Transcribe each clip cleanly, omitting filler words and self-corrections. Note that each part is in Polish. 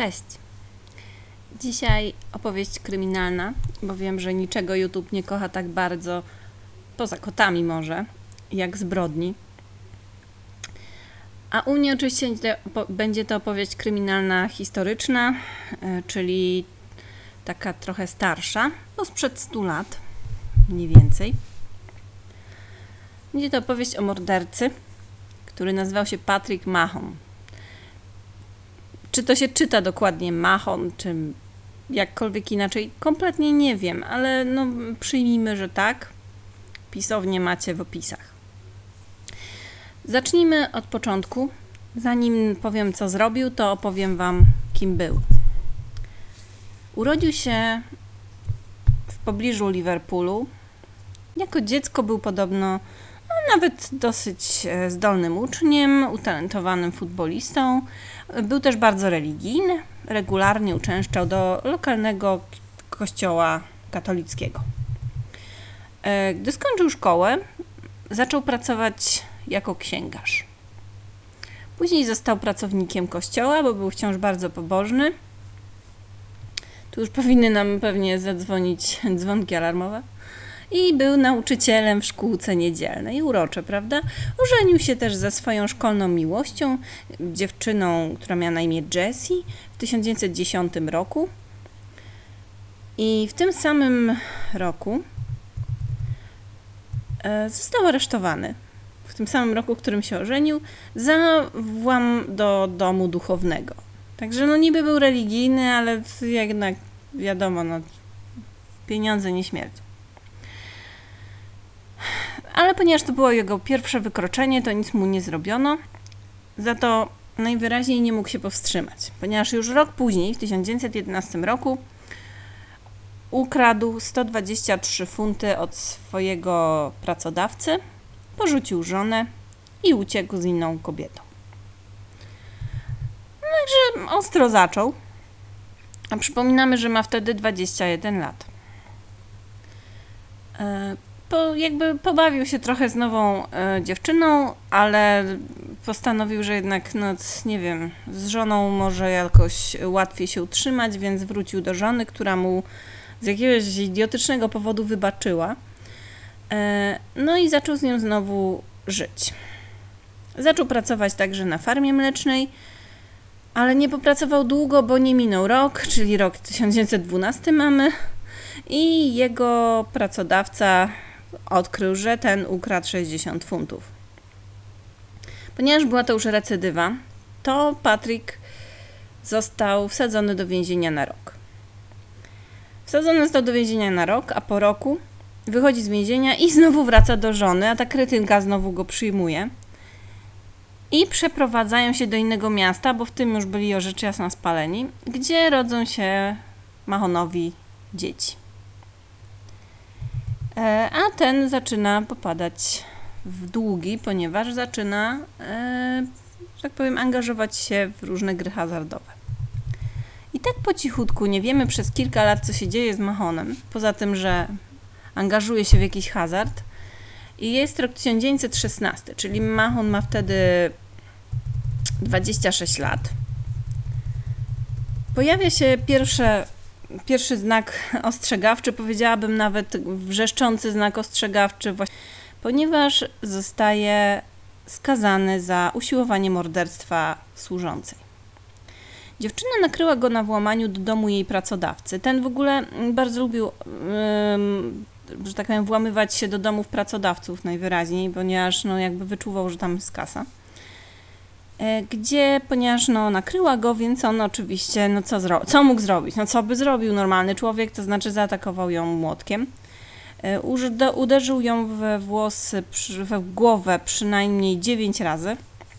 Cześć! Dzisiaj opowieść kryminalna, bo wiem, że niczego YouTube nie kocha tak bardzo, poza kotami może, jak zbrodni. A u mnie oczywiście będzie to opowieść kryminalna historyczna, czyli taka trochę starsza, bo sprzed 100 lat, mniej więcej. Będzie to opowieść o mordercy, który nazywał się Patrick Mahon. Czy to się czyta dokładnie Mahon, czy jakkolwiek inaczej? Kompletnie nie wiem, ale przyjmijmy, że tak. Pisownie macie w opisach. Zacznijmy od początku. Zanim powiem, co zrobił, to opowiem Wam, kim był. Urodził się w pobliżu Liverpoolu. Jako dziecko był podobno nawet dosyć zdolnym uczniem, utalentowanym futbolistą. Był też bardzo religijny, regularnie uczęszczał do lokalnego kościoła katolickiego. Gdy skończył szkołę, zaczął pracować jako księgarz. Później został pracownikiem kościoła, bo był wciąż bardzo pobożny. Tu już powinny nam pewnie zadzwonić dzwonki alarmowe. I był nauczycielem w szkółce niedzielnej. Urocze, prawda? Ożenił się też ze swoją szkolną miłością, dziewczyną, która miała na imię Jessie, w 1910 roku. I w tym samym roku został aresztowany. W tym samym roku, w którym się ożenił, za włam do domu duchownego. Także niby był religijny, ale jednak wiadomo, pieniądze nie śmierdzą. Ale ponieważ to było jego pierwsze wykroczenie, to nic mu nie zrobiono. Za to najwyraźniej nie mógł się powstrzymać, ponieważ już rok później, w 1911 roku, ukradł 123 funty od swojego pracodawcy, porzucił żonę i uciekł z inną kobietą. Także ostro zaczął. A przypominamy, że ma wtedy 21 lat. Pobawił się trochę z nową dziewczyną, ale postanowił, że jednak, z żoną może jakoś łatwiej się utrzymać, więc wrócił do żony, która mu z jakiegoś idiotycznego powodu wybaczyła. I zaczął z nią znowu żyć. Zaczął pracować także na farmie mlecznej, ale nie popracował długo, bo nie minął rok, czyli rok 1912 mamy, i jego pracodawca odkrył, że ten ukradł 60 funtów. Ponieważ była to już recydywa, to Patrick został wsadzony do więzienia na rok. Wsadzony został do więzienia na rok, a po roku wychodzi z więzienia i znowu wraca do żony, a ta kretynka znowu go przyjmuje. I przeprowadzają się do innego miasta, bo w tym już byli rzecz jasna spaleni, gdzie rodzą się Mahonowi dzieci. A ten zaczyna popadać w długi, ponieważ zaczyna, że tak powiem, angażować się w różne gry hazardowe. I tak po cichutku, nie wiemy przez kilka lat, co się dzieje z Mahonem, poza tym, że angażuje się w jakiś hazard. I jest rok 1916, czyli Mahon ma wtedy 26 lat. Pojawia się pierwszy znak ostrzegawczy, powiedziałabym nawet wrzeszczący znak ostrzegawczy, ponieważ zostaje skazany za usiłowanie morderstwa służącej. Dziewczyna nakryła go na włamaniu do domu jej pracodawcy. Ten w ogóle bardzo lubił, że tak powiem, włamywać się do domów pracodawców najwyraźniej, ponieważ jakby wyczuwał, że tam jest kasa. Ponieważ nakryła go, więc on oczywiście, co mógł zrobić? Co by zrobił normalny człowiek, to znaczy zaatakował ją młotkiem. Uderzył ją w głowę przynajmniej 9 razy.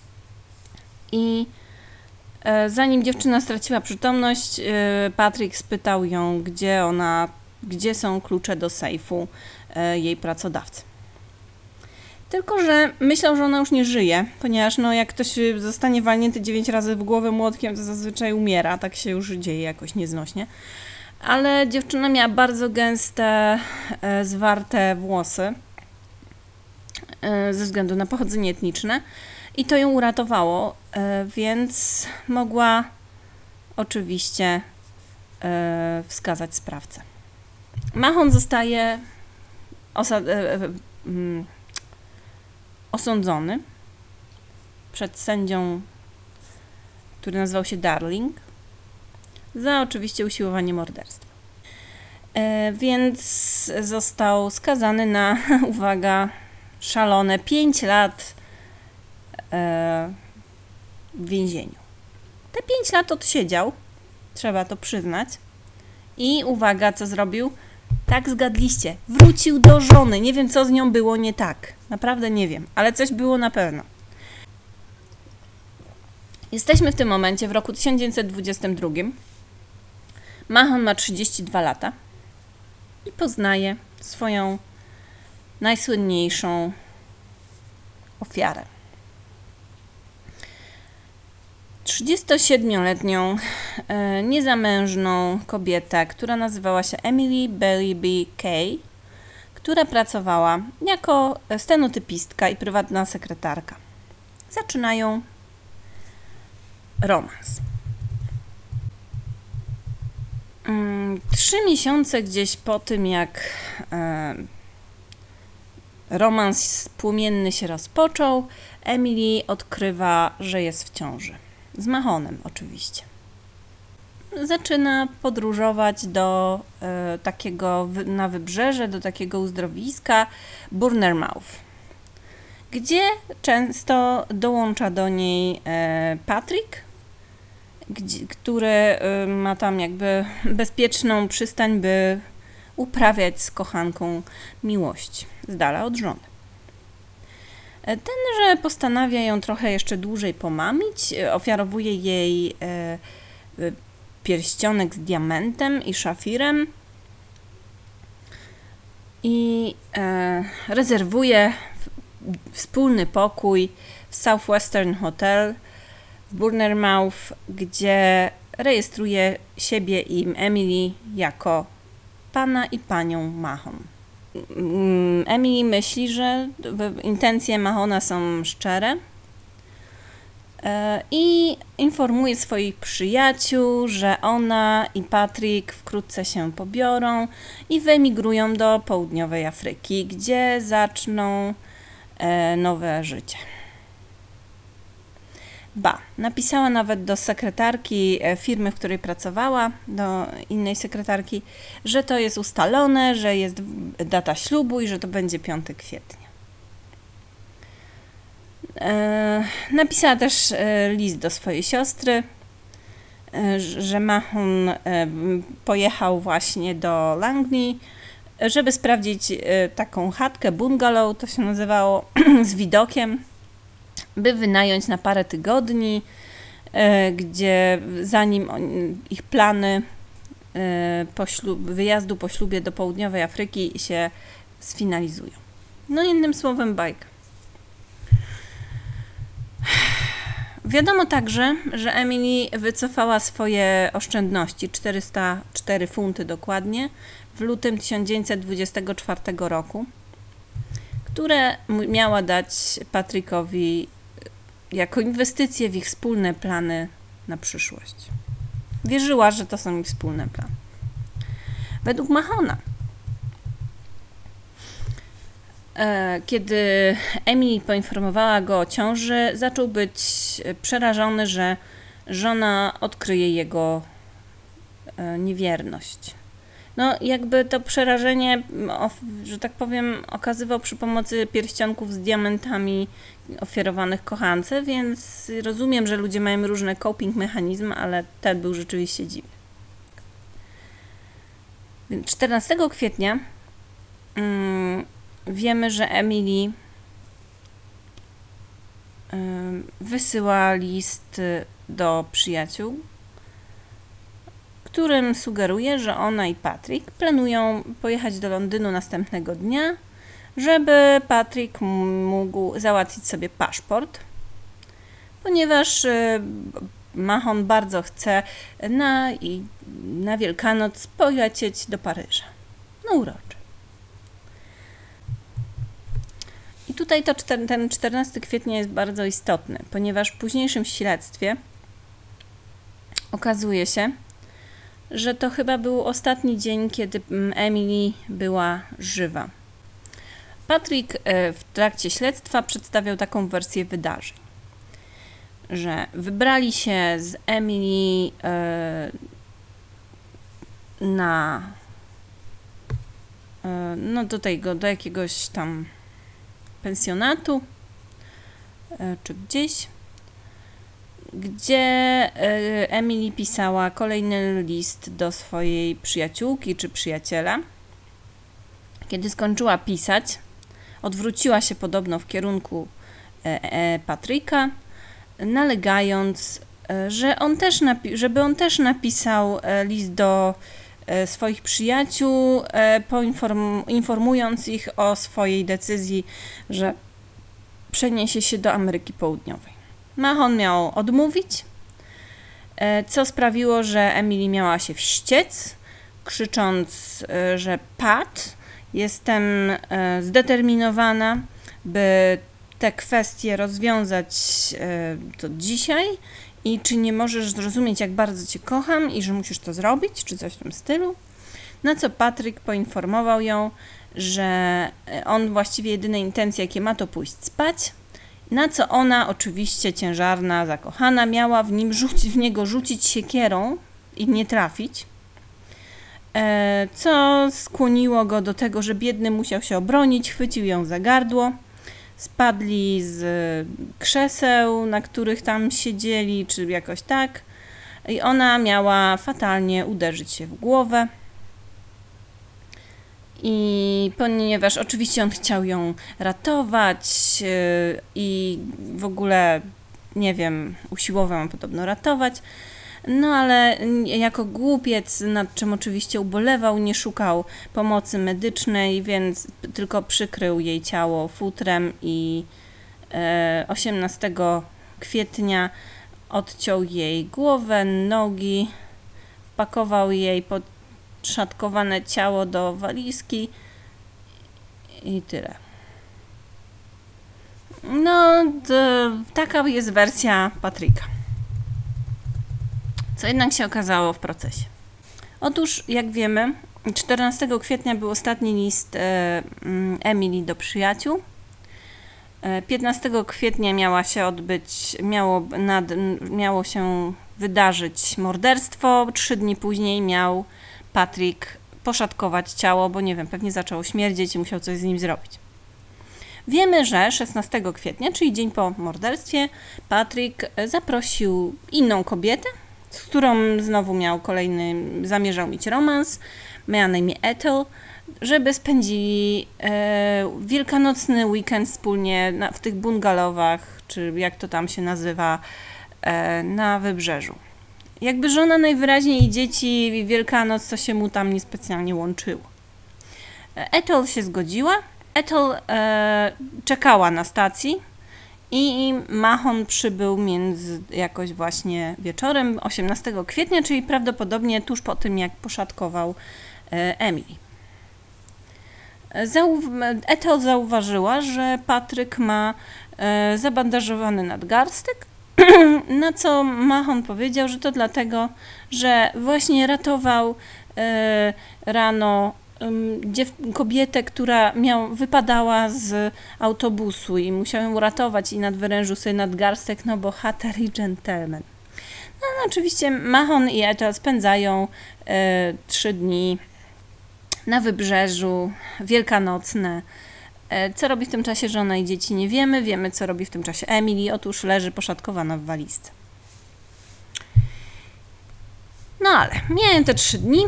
I zanim dziewczyna straciła przytomność, Patrick spytał ją, gdzie są klucze do sejfu jej pracodawcy. Tylko że myślał, że ona już nie żyje, ponieważ jak ktoś zostanie walnięty 9 razy w głowę młotkiem, to zazwyczaj umiera, tak się już dzieje jakoś nieznośnie. Ale dziewczyna miała bardzo gęste, zwarte włosy ze względu na pochodzenie etniczne i to ją uratowało, więc mogła oczywiście wskazać sprawcę. Mahon zostaje osądzony przed sędzią, który nazywał się Darling, za oczywiście usiłowanie morderstwa. Więc został skazany na, uwaga, szalone 5 lat w więzieniu. Te 5 lat odsiedział, trzeba to przyznać. I uwaga, co zrobił? Tak, zgadliście. Wrócił do żony. Nie wiem, co z nią było nie tak. Naprawdę nie wiem, ale coś było na pewno. Jesteśmy w tym momencie w roku 1922. Mahon ma 32 lata i poznaje swoją najsłynniejszą ofiarę. 37-letnią, niezamężną kobietę, która nazywała się Emily Bailey Kay, która pracowała jako stenotypistka i prywatna sekretarka. Zaczynają romans. 3 miesiące gdzieś po tym, jak romans płomienny się rozpoczął, Emily odkrywa, że jest w ciąży. Z Mahonem oczywiście. Zaczyna podróżować do takiego, na wybrzeże, do takiego uzdrowiska Bournemouth, gdzie często dołącza do niej Patrick, który ma tam jakby bezpieczną przystań, by uprawiać z kochanką miłość z dala od żony. Tenże postanawia ją trochę jeszcze dłużej pomamić, ofiarowuje jej pierścionek z diamentem i szafirem i rezerwuje wspólny pokój w Southwestern Hotel w Bournemouth, gdzie rejestruje siebie i Emily jako pana i panią Mahon. Emily myśli, że intencje Mahona są szczere i informuje swoich przyjaciół, że ona i Patrick wkrótce się pobiorą i wyemigrują do południowej Afryki, gdzie zaczną nowe życie. Napisała nawet do sekretarki firmy, w której pracowała, do innej sekretarki, że to jest ustalone, że jest data ślubu i że to będzie 5 kwietnia. Napisała też list do swojej siostry, że Mahon pojechał właśnie do Langley, żeby sprawdzić taką chatkę, bungalow to się nazywało, z widokiem, by wynająć na parę tygodni, gdzie zanim ich plany wyjazdu po ślubie do południowej Afryki się sfinalizują. No jednym słowem bajka. Wiadomo także, że Emily wycofała swoje oszczędności, 404 funty dokładnie, w lutym 1924 roku, które miała dać Patrickowi jako inwestycje w ich wspólne plany na przyszłość. Wierzyła, że to są ich wspólne plany. Według Mahona, kiedy Emily poinformowała go o ciąży, zaczął być przerażony, że żona odkryje jego niewierność. No jakby to przerażenie, że tak powiem, okazywał przy pomocy pierścionków z diamentami ofiarowanych kochance, więc rozumiem, że ludzie mają różne coping mechanizmy, ale ten był rzeczywiście dziwny. 14 kwietnia wiemy, że Emily wysyła list do przyjaciół, którym sugeruje, że ona i Patrick planują pojechać do Londynu następnego dnia, żeby Patrick mógł załatwić sobie paszport, ponieważ Mahon bardzo chce na Wielkanoc polecieć do Paryża. No uroczy. I tutaj ten 14 kwietnia jest bardzo istotny, ponieważ w późniejszym śledztwie okazuje się, że to chyba był ostatni dzień, kiedy Emily była żywa. Patrick w trakcie śledztwa przedstawiał taką wersję wydarzeń, że wybrali się z Emily do jakiegoś tam pensjonatu czy gdzieś, gdzie Emily pisała kolejny list do swojej przyjaciółki czy przyjaciela. Kiedy skończyła pisać, odwróciła się podobno w kierunku Patricka, nalegając, żeby on też napisał list do swoich przyjaciół, informując ich o swojej decyzji, że przeniesie się do Ameryki Południowej. Mahon miał odmówić, co sprawiło, że Emily miała się wściec, krzycząc, że Pat, jestem zdeterminowana, by te kwestie rozwiązać to dzisiaj i czy nie możesz zrozumieć, jak bardzo cię kocham i że musisz to zrobić, czy coś w tym stylu. Na co Patrick poinformował ją, że on właściwie jedyne intencje, jakie ma, to pójść spać, na co ona, oczywiście ciężarna, zakochana, miała w niego rzucić siekierą i nie trafić, co skłoniło go do tego, że biedny musiał się obronić, chwycił ją za gardło, spadli z krzeseł, na których tam siedzieli, czy jakoś tak, i ona miała fatalnie uderzyć się w głowę. I ponieważ oczywiście on chciał ją ratować i w ogóle, nie wiem, usiłował ją podobno ratować, no ale jako głupiec, nad czym oczywiście ubolewał, nie szukał pomocy medycznej, więc tylko przykrył jej ciało futrem i 18 kwietnia odciął jej głowę, nogi, wpakował jej szatkowane ciało do walizki i tyle. No, taka jest wersja Patricka. Co jednak się okazało w procesie? Otóż, jak wiemy, 14 kwietnia był ostatni list Emily do przyjaciół. 15 kwietnia miało się wydarzyć morderstwo. 3 dni później miał Patrick poszatkować ciało, bo nie wiem, pewnie zaczęło śmierdzieć i musiał coś z nim zrobić. Wiemy, że 16 kwietnia, czyli dzień po morderstwie, Patrick zaprosił inną kobietę, z którą znowu zamierzał mieć romans, miała na imię Ethel, żeby spędzili wielkanocny weekend wspólnie w tych bungalowach, czy jak to tam się nazywa, na wybrzeżu. Jakby żona najwyraźniej i dzieci i Wielkanoc, co się mu tam niespecjalnie łączyło. Ethel się zgodziła. Ethel czekała na stacji i Mahon przybył jakoś właśnie wieczorem 18 kwietnia, czyli prawdopodobnie tuż po tym, jak poszatkował Emily. Ethel zauważyła, że Patrick ma zabandażowany nadgarstek, na co Mahon powiedział, że to dlatego, że właśnie ratował rano kobietę, która wypadała z autobusu i musiał ją uratować i nadwyrężył sobie nadgarstek, no bohater i gentleman. No oczywiście Mahon i Ethel spędzają 3 dni na wybrzeżu, wielkanocne. Co robi w tym czasie żona i dzieci, nie wiemy. Wiemy, co robi w tym czasie Emily. Otóż leży poszatkowana w walizce. No ale mijają te 3 dni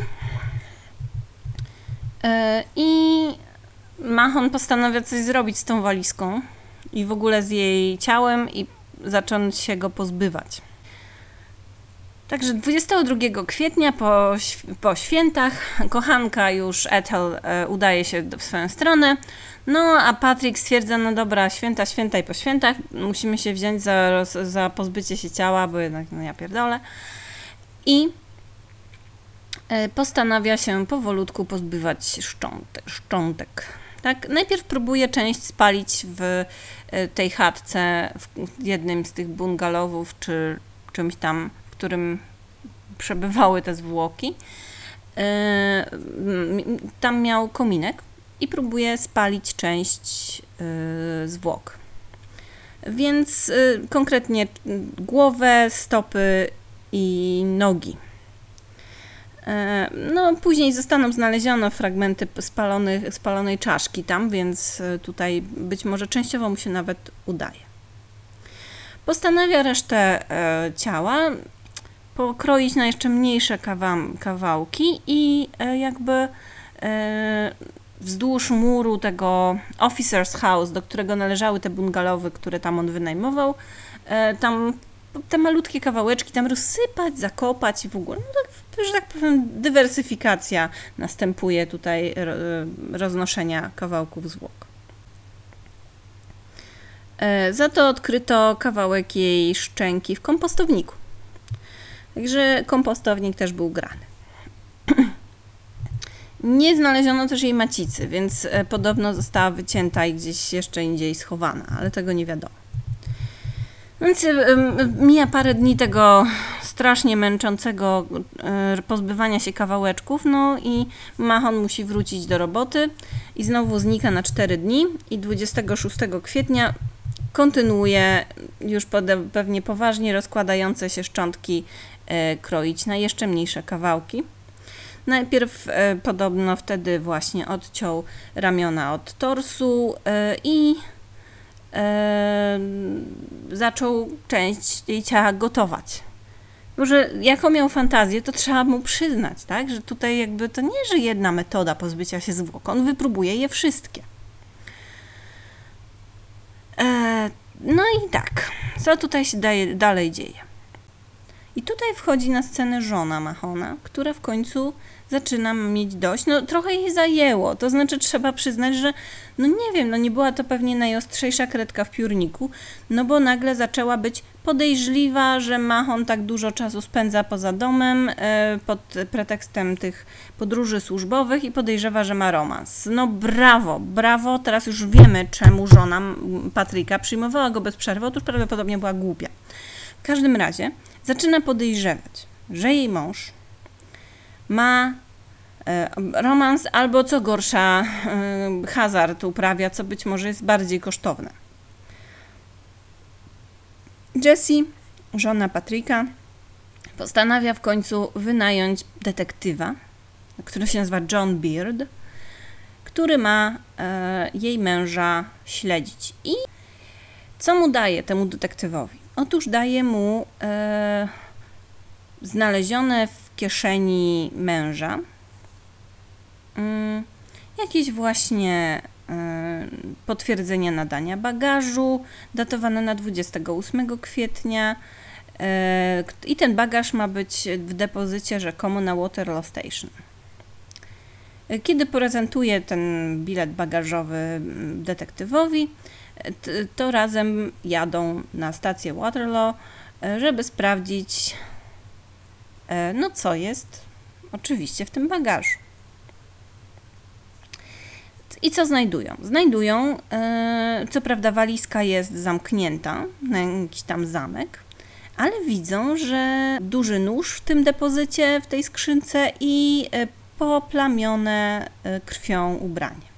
i Mahon postanawia coś zrobić z tą walizką i w ogóle z jej ciałem i zacząć się go pozbywać. Także 22 kwietnia po świętach kochanka już Ethel udaje się w swoją stronę, no a Patrick stwierdza, no dobra, święta i po świętach musimy się wziąć za pozbycie się ciała, bo jednak no ja pierdolę. I postanawia się powolutku pozbywać szczątek. Tak? Najpierw próbuje część spalić w tej chatce, w jednym z tych bungalowów, czy czymś tam, w którym przebywały te zwłoki. Tam miał kominek i próbuje spalić część zwłok. Więc konkretnie głowę, stopy i nogi. No, później zostaną znalezione fragmenty spalonej czaszki tam, więc tutaj być może częściowo mu się nawet udaje. Postanawia resztę ciała pokroić na jeszcze mniejsze kawałki i jakby wzdłuż muru tego Officer's House, do którego należały te bungalowy, które tam on wynajmował, tam te malutkie kawałeczki tam rozsypać, zakopać i w ogóle, no, że tak powiem, dywersyfikacja następuje tutaj roznoszenia kawałków zwłok. Za to odkryto kawałek jej szczęki w kompostowniku. Także kompostownik też był grany. Nie znaleziono też jej macicy, więc podobno została wycięta i gdzieś jeszcze indziej schowana, ale tego nie wiadomo. Więc mija parę dni tego strasznie męczącego pozbywania się kawałeczków, no i Mahon musi wrócić do roboty i znowu znika na 4 dni i 26 kwietnia kontynuuje już pewnie poważnie rozkładające się szczątki kroić na jeszcze mniejsze kawałki. Najpierw podobno wtedy właśnie odciął ramiona od torsu i zaczął część jej ciała gotować. Może jaką miał fantazję, to trzeba mu przyznać, tak? Że tutaj jakby to nie, że jedna metoda pozbycia się zwłok, on wypróbuje je wszystkie. No i tak, co tutaj się dalej dzieje? I tutaj wchodzi na scenę żona Mahona, która w końcu zaczyna mieć dość. No trochę jej zajęło, to znaczy trzeba przyznać, że no nie wiem, no nie była to pewnie najostrzejsza kredka w piórniku, no bo nagle zaczęła być podejrzliwa, że Mahon tak dużo czasu spędza poza domem pod pretekstem tych podróży służbowych i podejrzewa, że ma romans. No brawo, teraz już wiemy, czemu żona Patryka przyjmowała go bez przerwy, otóż prawdopodobnie była głupia. W każdym razie zaczyna podejrzewać, że jej mąż ma romans albo co gorsza hazard uprawia, co być może jest bardziej kosztowne. Jessie, żona Patryka, postanawia w końcu wynająć detektywa, który się nazywa John Beard, który ma jej męża śledzić. I co mu daje temu detektywowi? Otóż daje mu znalezione w kieszeni męża jakieś właśnie potwierdzenie nadania bagażu, datowane na 28 kwietnia i ten bagaż ma być w depozycie rzekomo na Waterloo Station. Kiedy prezentuje ten bilet bagażowy detektywowi, to razem jadą na stację Waterloo, żeby sprawdzić, no co jest oczywiście w tym bagażu. I co znajdują? Znajdują, co prawda walizka jest zamknięta na jakiś tam zamek, ale widzą, że duży nóż w tym depozycie, w tej skrzynce i poplamione krwią ubranie.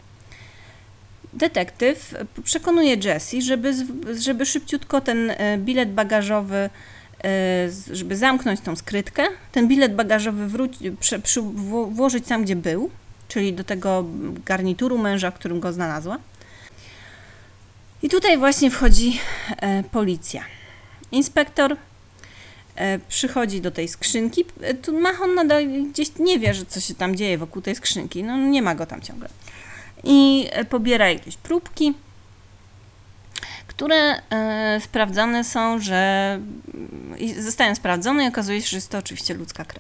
Detektyw przekonuje Jessie, żeby szybciutko ten bilet bagażowy, żeby zamknąć tą skrytkę, ten bilet bagażowy włożyć tam, gdzie był, czyli do tego garnituru męża, w którym go znalazła. I tutaj właśnie wchodzi policja. Inspektor przychodzi do tej skrzynki. Tu Mahon nadal gdzieś nie wie, że co się tam dzieje wokół tej skrzynki. No nie ma go tam ciągle. I pobiera jakieś próbki, które sprawdzane są, że zostają sprawdzone i okazuje się, że jest to oczywiście ludzka krew.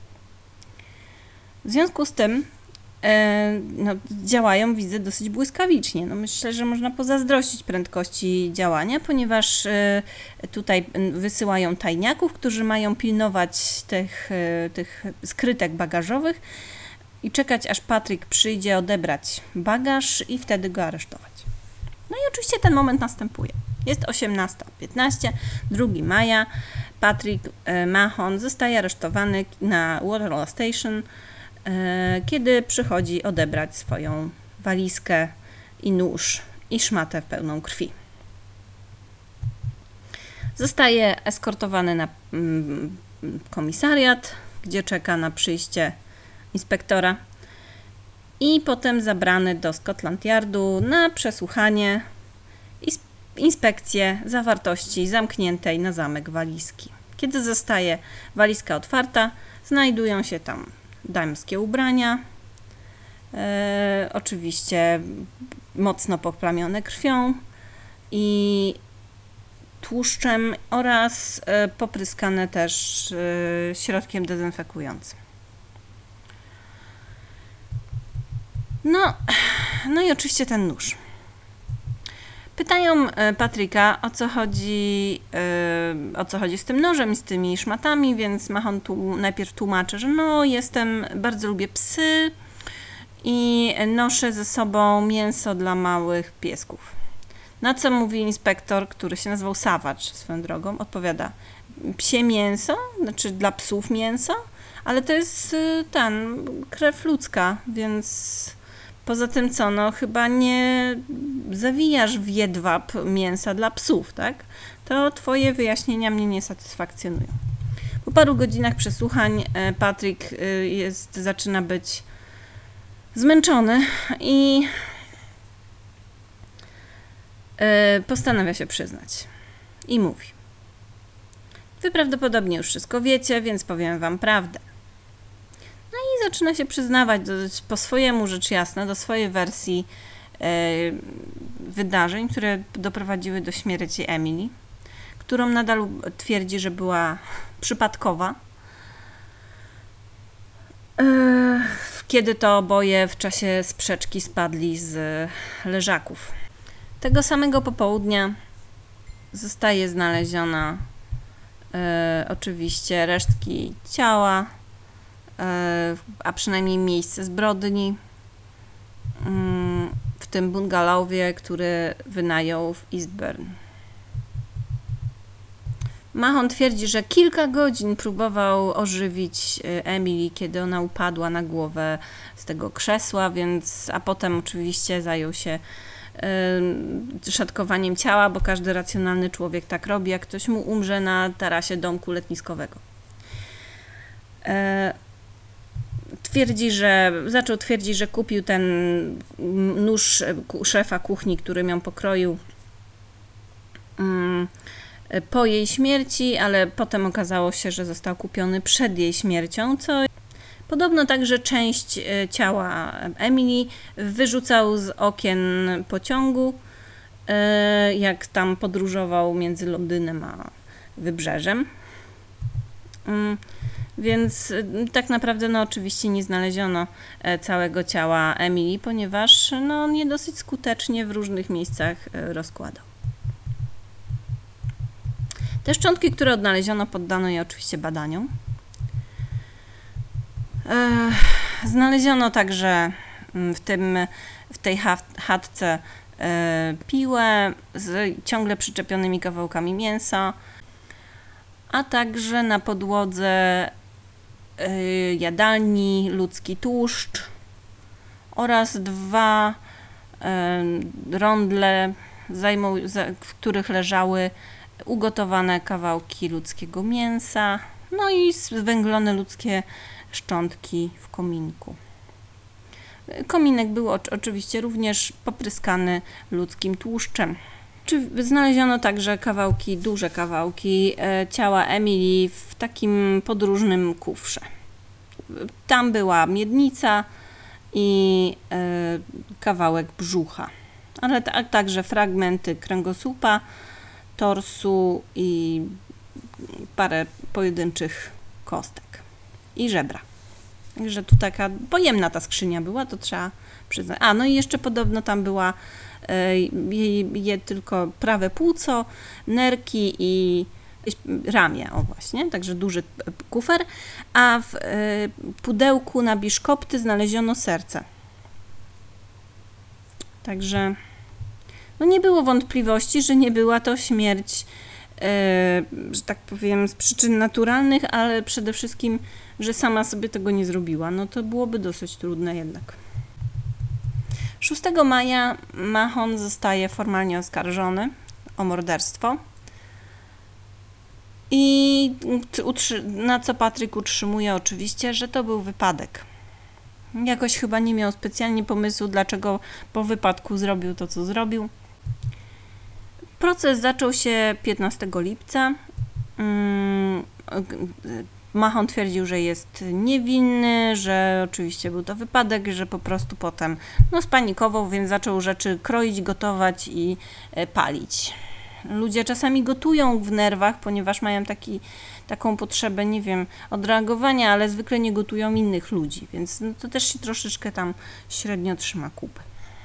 W związku z tym no, działają, widzę, dosyć błyskawicznie. No, myślę, że można pozazdrościć prędkości działania, ponieważ tutaj wysyłają tajniaków, którzy mają pilnować tych skrytek bagażowych i czekać, aż Patryk przyjdzie odebrać bagaż i wtedy go aresztować. No i oczywiście ten moment następuje. Jest 18:15, 2 maja. Patrick Mahon zostaje aresztowany na Waterloo Station, kiedy przychodzi odebrać swoją walizkę i nóż i szmatę pełną krwi. Zostaje eskortowany na komisariat, gdzie czeka na przyjście inspektora i potem zabrany do Scotland Yardu na przesłuchanie i inspekcję zawartości zamkniętej na zamek walizki. Kiedy zostaje walizka otwarta, znajdują się tam damskie ubrania, oczywiście mocno poplamione krwią i tłuszczem oraz popryskane też środkiem dezynfekującym. No i oczywiście ten nóż. Pytają Patricka, o co chodzi z tym nożem i z tymi szmatami, więc Mahon najpierw tłumaczy, że bardzo lubię psy i noszę ze sobą mięso dla małych piesków. Na co mówi inspektor, który się nazywał Savage swoją drogą, odpowiada: psie mięso, znaczy dla psów mięso, ale to jest krew ludzka, więc poza tym chyba nie zawijasz w jedwab mięsa dla psów, tak? To twoje wyjaśnienia mnie nie satysfakcjonują. Po paru godzinach przesłuchań Patrick zaczyna być zmęczony i postanawia się przyznać. I mówi: wy prawdopodobnie już wszystko wiecie, więc powiem wam prawdę. No i zaczyna się przyznawać po swojemu, rzecz jasna, do swojej wersji wydarzeń, które doprowadziły do śmierci Emily, którą nadal twierdzi, że była przypadkowa, kiedy to oboje w czasie sprzeczki spadli z leżaków. Tego samego popołudnia zostaje znaleziona oczywiście resztki ciała, a przynajmniej miejsce zbrodni w tym bungalowie, który wynajął w Eastbourne. Mahon twierdzi, że kilka godzin próbował ożywić Emily, kiedy ona upadła na głowę z tego krzesła, a potem oczywiście zajął się szatkowaniem ciała, bo każdy racjonalny człowiek tak robi, jak ktoś mu umrze na tarasie domku letniskowego. Zaczął twierdzić, że kupił ten nóż szefa kuchni, który ją pokroił po jej śmierci, ale potem okazało się, że został kupiony przed jej śmiercią, co podobno także część ciała Emily wyrzucał z okien pociągu, jak tam podróżował między Londynem a Wybrzeżem. Więc tak naprawdę oczywiście nie znaleziono całego ciała Emily, ponieważ on je dosyć skutecznie w różnych miejscach rozkładał. Te szczątki, które odnaleziono, poddano je oczywiście badaniom. Znaleziono także w tej chatce piłę z ciągle przyczepionymi kawałkami mięsa, a także na podłodze jadalni ludzki tłuszcz oraz 2 rondle, w których leżały ugotowane kawałki ludzkiego mięsa, no i zwęglone ludzkie szczątki w kominku. Kominek był oczywiście również popryskany ludzkim tłuszczem. Znaleziono także duże kawałki ciała Emily w takim podróżnym kufrze. Tam była miednica i kawałek brzucha, ale także fragmenty kręgosłupa, torsu i parę pojedynczych kostek i żebra. Także tu taka pojemna ta skrzynia była, to trzeba przyznać. No i jeszcze podobno tam była tylko prawe płuco, nerki i ramię, właśnie, także duży kufer, a w pudełku na biszkopty znaleziono serce. Także nie było wątpliwości, że nie była to śmierć że tak powiem, z przyczyn naturalnych, ale przede wszystkim, że sama sobie tego nie zrobiła. No to byłoby dosyć trudne jednak. 6 maja Mahon zostaje formalnie oskarżony o morderstwo i na co Patrick utrzymuje oczywiście, że to był wypadek. Jakoś chyba nie miał specjalnie pomysłu, dlaczego po wypadku zrobił to, co zrobił. Proces zaczął się 15 lipca. Mahon twierdził, że jest niewinny, że oczywiście był to wypadek, że po prostu potem spanikował, więc zaczął rzeczy kroić, gotować i palić. Ludzie czasami gotują w nerwach, ponieważ mają taką potrzebę, nie wiem, odreagowania, ale zwykle nie gotują innych ludzi, więc to też się troszeczkę tam średnio trzyma kupy.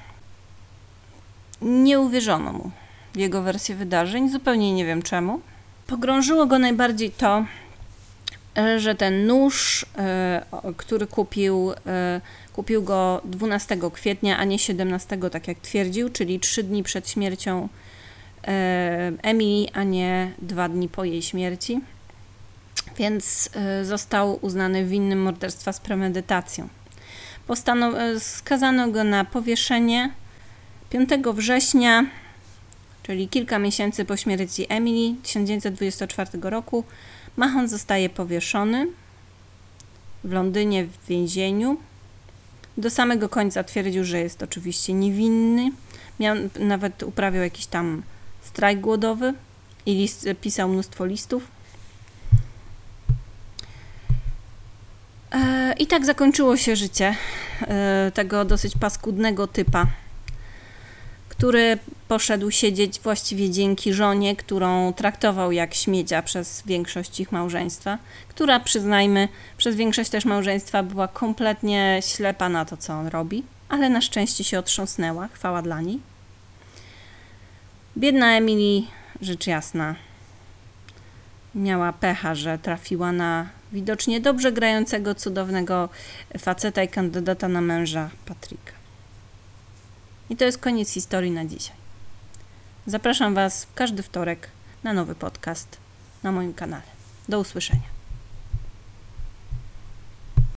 Nie uwierzono mu w jego wersję wydarzeń, zupełnie nie wiem czemu. Pogrążyło go najbardziej to, że ten nóż, który kupił go 12 kwietnia, a nie 17, tak jak twierdził, czyli 3 dni przed śmiercią Emily, a nie 2 dni po jej śmierci, więc został uznany winnym morderstwa z premedytacją. Skazano go na powieszenie 5 września, czyli kilka miesięcy po śmierci Emily 1924 roku. Mahon zostaje powieszony w Londynie w więzieniu. Do samego końca twierdził, że jest oczywiście niewinny. Nawet uprawiał jakiś tam strajk głodowy i pisał mnóstwo listów. I tak zakończyło się życie tego dosyć paskudnego typa, który poszedł siedzieć właściwie dzięki żonie, którą traktował jak śmiecia przez większość ich małżeństwa, która, przyznajmy, przez większość też małżeństwa była kompletnie ślepa na to, co on robi, ale na szczęście się otrząsnęła, chwała dla niej. Biedna Emily, rzecz jasna, miała pecha, że trafiła na widocznie dobrze grającego, cudownego faceta i kandydata na męża Patricka. I to jest koniec historii na dzisiaj. Zapraszam Was w każdy wtorek na nowy podcast na moim kanale. Do usłyszenia.